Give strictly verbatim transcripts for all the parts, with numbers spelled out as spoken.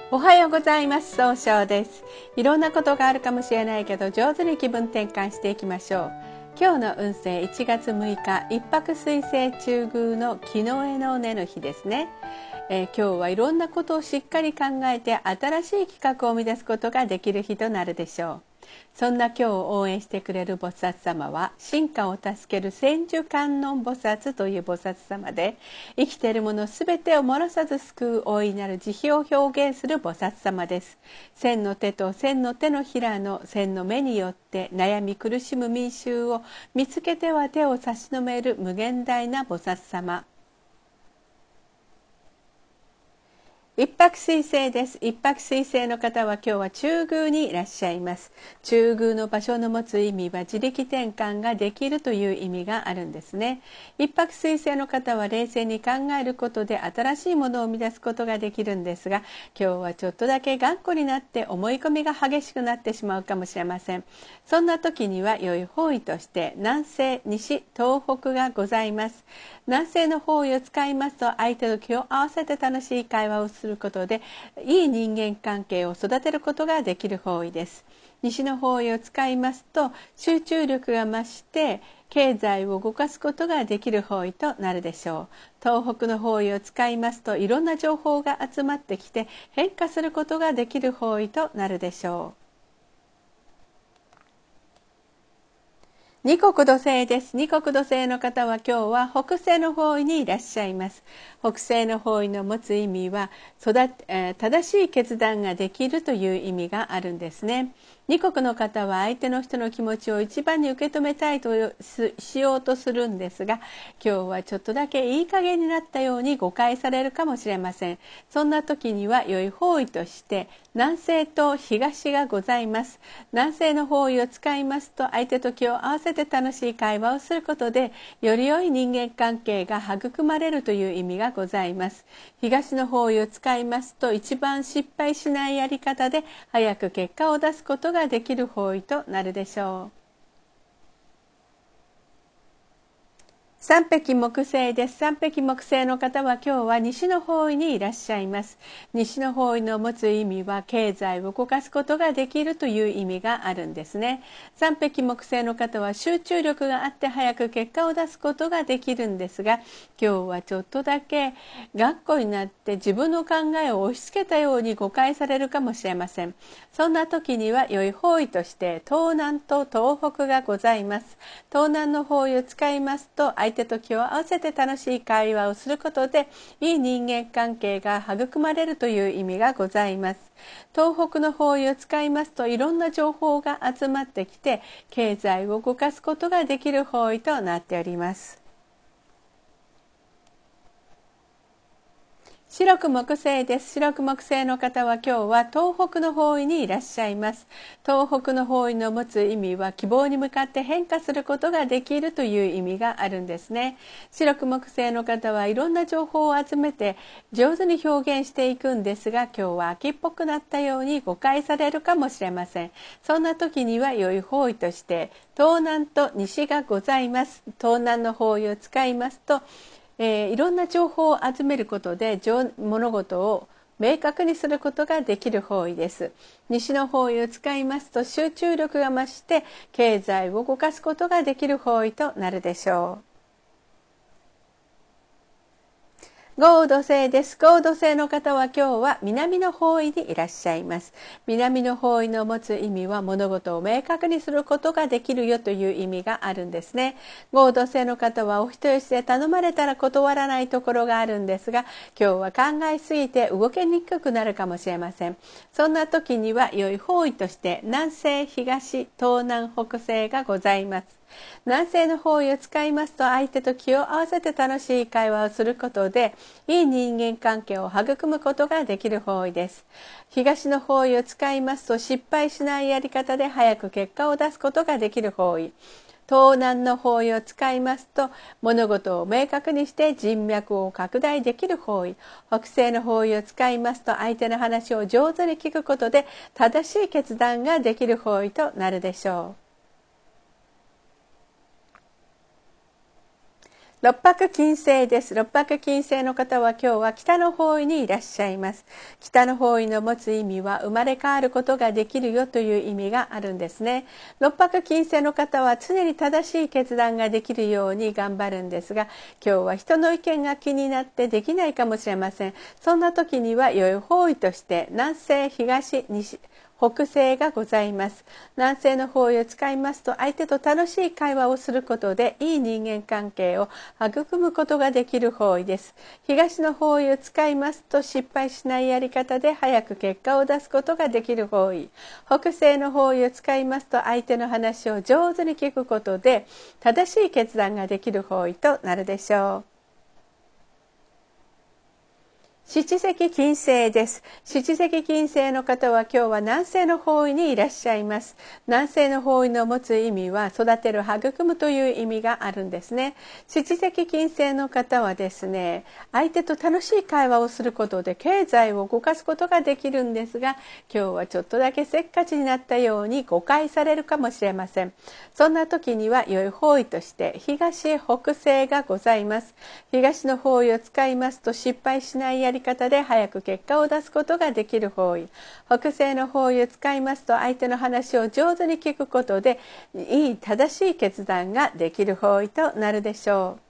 おはようございます。総称です。いろんなことがあるかもしれないけど、上手に気分転換していきましょう。今日の運勢いちがつむいか、一泊水星中宮の木の絵の根の日ですね。えー、今日はいろんなことをしっかり考えて新しい企画を生み出すことができる日となるでしょう。そんな今日を応援してくれる菩薩様は、進化を助ける千手観音菩薩という菩薩様で、生きているものすべてを漏さず救う大いなる慈悲を表現する菩薩様です。千の手と千の手のひらの千の目によって悩み苦しむ民衆を見つけては手を差し伸べる無限大な菩薩様。一泊水星です。一泊水星の方は今日は中宮にいらっしゃいます。中宮の場所の持つ意味は自力転換ができるという意味があるんですね。一泊水星の方は冷静に考えることで新しいものを生み出すことができるんですが、今日はちょっとだけ頑固になって思い込みが激しくなってしまうかもしれません。そんな時には良い方位として南西、西、東北がございます。南西の方位を使いますと、相手と気を合わせて楽しい会話をすることでいい人間関係を育てることができる方位です。西の方位を使いますと、集中力が増して経済を動かすことができる方位となるでしょう。東北の方位を使いますと、いろんな情報が集まってきて変化することができる方位となるでしょう。二国土星です。二国土星の方は今日は北西の方位にいらっしゃいます。北西の方位の持つ意味は育て、えー、正しい決断ができるという意味があるんですね。二国の方は相手の人の気持ちを一番に受け止めたいとしようとするんですが、今日はちょっとだけいい加減になったように誤解されるかもしれません。そんな時には良い方位として南西と東がございます。南西の方位を使いますと、相手と気を合わせて楽しい会話をすることでより良い人間関係が育まれるという意味がございます。東の方位を使いますと、一番失敗しないやり方で早く結果を出すことができる方位となるでしょう。三匹木星です。三匹木星の方は今日は西の方位にいらっしゃいます。西の方位の持つ意味は経済を動かすことができるという意味があるんですね。三匹木星の方は集中力があって早く結果を出すことができるんですが、今日はちょっとだけ頑固になって自分の考えを押し付けたように誤解されるかもしれません。そんな時には良い方位として東南と東北がございます。東南の方位を使いますと、相手と気を合わせて楽しい会話をすることでいい人間関係が育まれるという意味がございます。東北の方位を使いますと、いろんな情報が集まってきて経済を動かすことができる方位となっております。白く木星です。白く木星の方は今日は東北の方位にいらっしゃいます。東北の方位の持つ意味は希望に向かって変化することができるという意味があるんですね。白く木星の方はいろんな情報を集めて上手に表現していくんですが、今日は秋っぽくなったように誤解されるかもしれません。そんな時には良い方位として東南と西がございます。東南の方位を使いますと、えー、いろんな情報を集めることで物事を明確にすることができる方位です。西の方位を使いますと、集中力が増して経済を動かすことができる方位となるでしょう。合土星です。合土星の方は今日は南の方位にいらっしゃいます。南の方位の持つ意味は物事を明確にすることができるよという意味があるんですね。合土星の方はお人よしで頼まれたら断らないところがあるんですが、今日は考えすぎて動けにくくなるかもしれません。そんな時には良い方位として南西、東、東南、北西がございます。南西の方位を使いますと、相手と気を合わせて楽しい会話をすることでいい人間関係を育むことができる方位です。東の方位を使いますと、失敗しないやり方で早く結果を出すことができる方位。東南の方位を使いますと、物事を明確にして人脈を拡大できる方位。北西の方位を使いますと、相手の話を上手に聞くことで正しい決断ができる方位となるでしょう。 六白金星です。六白金星の方は今日は北の方位にいらっしゃいます。北の方位の持つ意味は生まれ変わることができるよという意味があるんですね。六白金星の方は常に正しい決断ができるように頑張るんですが、今日は人の意見が気になってできないかもしれません。そんな時には良い方位として南西、東、西、北西がございます。南西の方位を使いますと、相手と楽しい会話をすることでいい人間関係を育むことができる方位です。東の方位を使いますと、失敗しないやり方で早く結果を出すことができる方位。北西の方位を使いますと、相手の話を上手に聞くことで正しい決断ができる方位となるでしょう。七石金星です。七石金星の方は今日は南西の方位にいらっしゃいます。南西の方位の持つ意味は育てる、育むという意味があるんですね。七石金星の方はですね、相手と楽しい会話をすることで経済を動かすことができるんですが、今日はちょっとだけせっかちになったように誤解されるかもしれません。そんな時には良い方位として東、北西がございます。東の方位を使いますと失敗しないやり方で早く結果を出すことができる方位。北西の方位を使いますと相手の話を上手に聞くことでいい正しい決断ができる方位となるでしょう。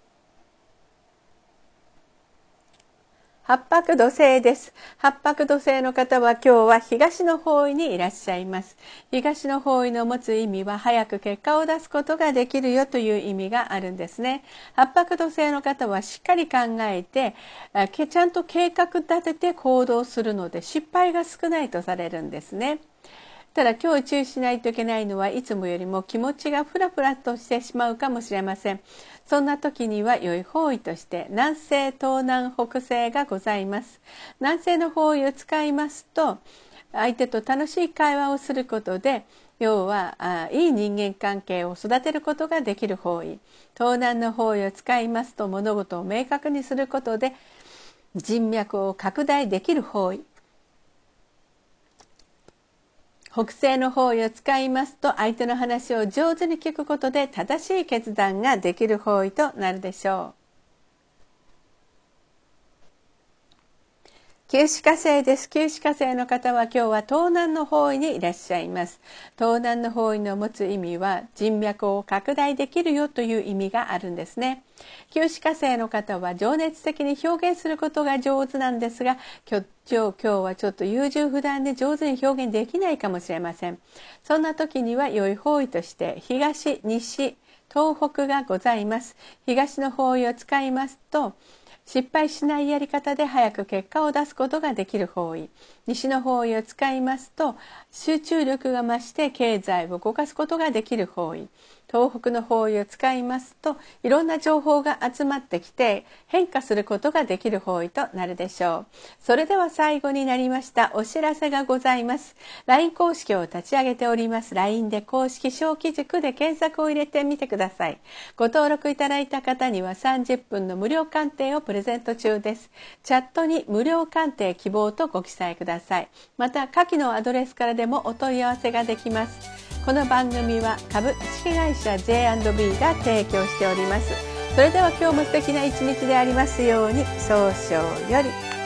八白土星です。八白土星の方は今日は東の方位にいらっしゃいます。東の方位の持つ意味は早く結果を出すことができるよという意味があるんですね。八白土星の方はしっかり考えて、ちゃんと計画立てて行動するので失敗が少ないとされるんですね。ただ今日注意しないといけないのはいつもよりも気持ちがフラフラとしてしまうかもしれません。そんな時には良い方位として南西、東南、北西がございます。南西の方位を使いますと相手と楽しい会話をすることで要はあいい人間関係を育てることができる方位。東南の方位を使いますと物事を明確にすることで人脈を拡大できる方位。北西の方位を使いますと相手の話を上手に聞くことで正しい決断ができる方位となるでしょう。九紫火星です。九紫火星の方は今日は東南の方位にいらっしゃいます。東南の方位の持つ意味は人脈を拡大できるよという意味があるんですね。九紫火星の方は情熱的に表現することが上手なんですが、今日今日はちょっと優柔不断で上手に表現できないかもしれません。そんな時には良い方位として東、西、東北がございます。東の方位を使いますと失敗しないやり方で早く結果を出すことができる方位。西の方位を使いますと集中力が増して経済を動かすことができる方位。東北の方位を使いますといろんな情報が集まってきて変化することができる方位となるでしょう。それでは最後になりましたお知らせがございます。 ライン 公式を立ち上げております。 ライン で公式小規塾で検索を入れてみてください。ご登録いただいた方にはさんじゅっぷんの無料鑑定をプレゼント中です。チャットに無料鑑定希望とご記載ください。また下記のアドレスからでもお問い合わせができます。この番組は株式会社 ジェイアンドビー が提供しております。それでは今日も素敵な一日でありますように。早々より。